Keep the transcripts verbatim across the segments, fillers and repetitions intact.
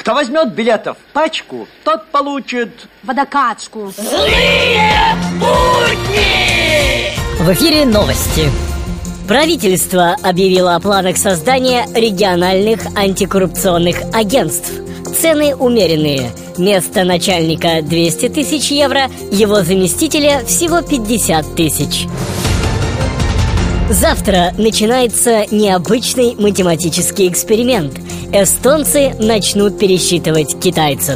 Кто возьмет билетов пачку, тот получит водокачку. Злые будни! В эфире новости. Правительство объявило о планах создания региональных антикоррупционных агентств. Цены умеренные. Место начальника двести тысяч евро, его заместителя всего пятьдесят тысяч. Завтра начинается необычный математический эксперимент. Эстонцы начнут пересчитывать китайцев.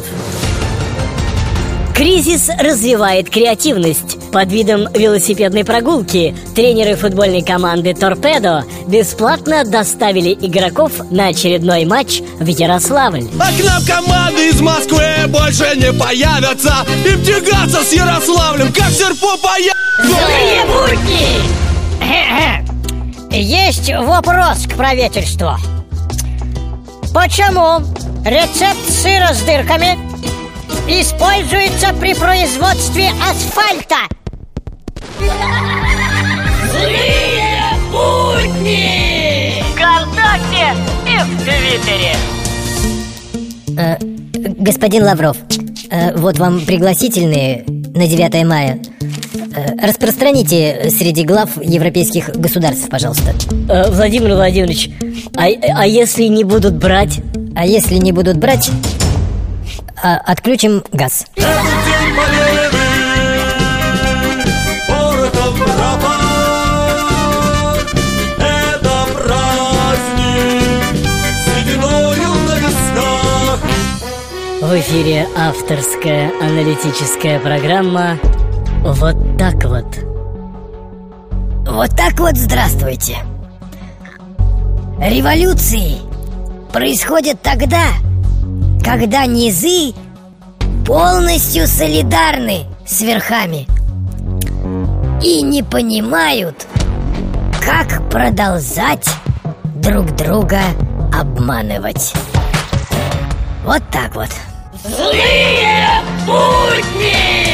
Кризис развивает креативность. Под видом велосипедной прогулки тренеры футбольной команды «Торпедо» бесплатно доставили игроков на очередной матч в Ярославль. А к нам команды из Москвы больше не появятся. Им тягаться с Ярославлем, как серпу появятся. Злые будни! Есть вопрос к правительству. Почему рецепт сыра с дырками используется при производстве асфальта? Злые будни! ВКонтакте и в Твиттере. э, Господин Лавров, э, вот вам пригласительные на девятое мая. э, Распространите среди глав европейских государств, пожалуйста. э, Владимир Владимирович, а, а если не будут брать? А если не будут брать, а, отключим газ. Этот день победы, порохом пропах. Это праздник с сединою на висках. В эфире авторская аналитическая программа «Вот так вот». Вот так вот здравствуйте. Революции происходят тогда, когда низы полностью солидарны с верхами и не понимают, как продолжать друг друга обманывать. Вот так вот. Злые будни!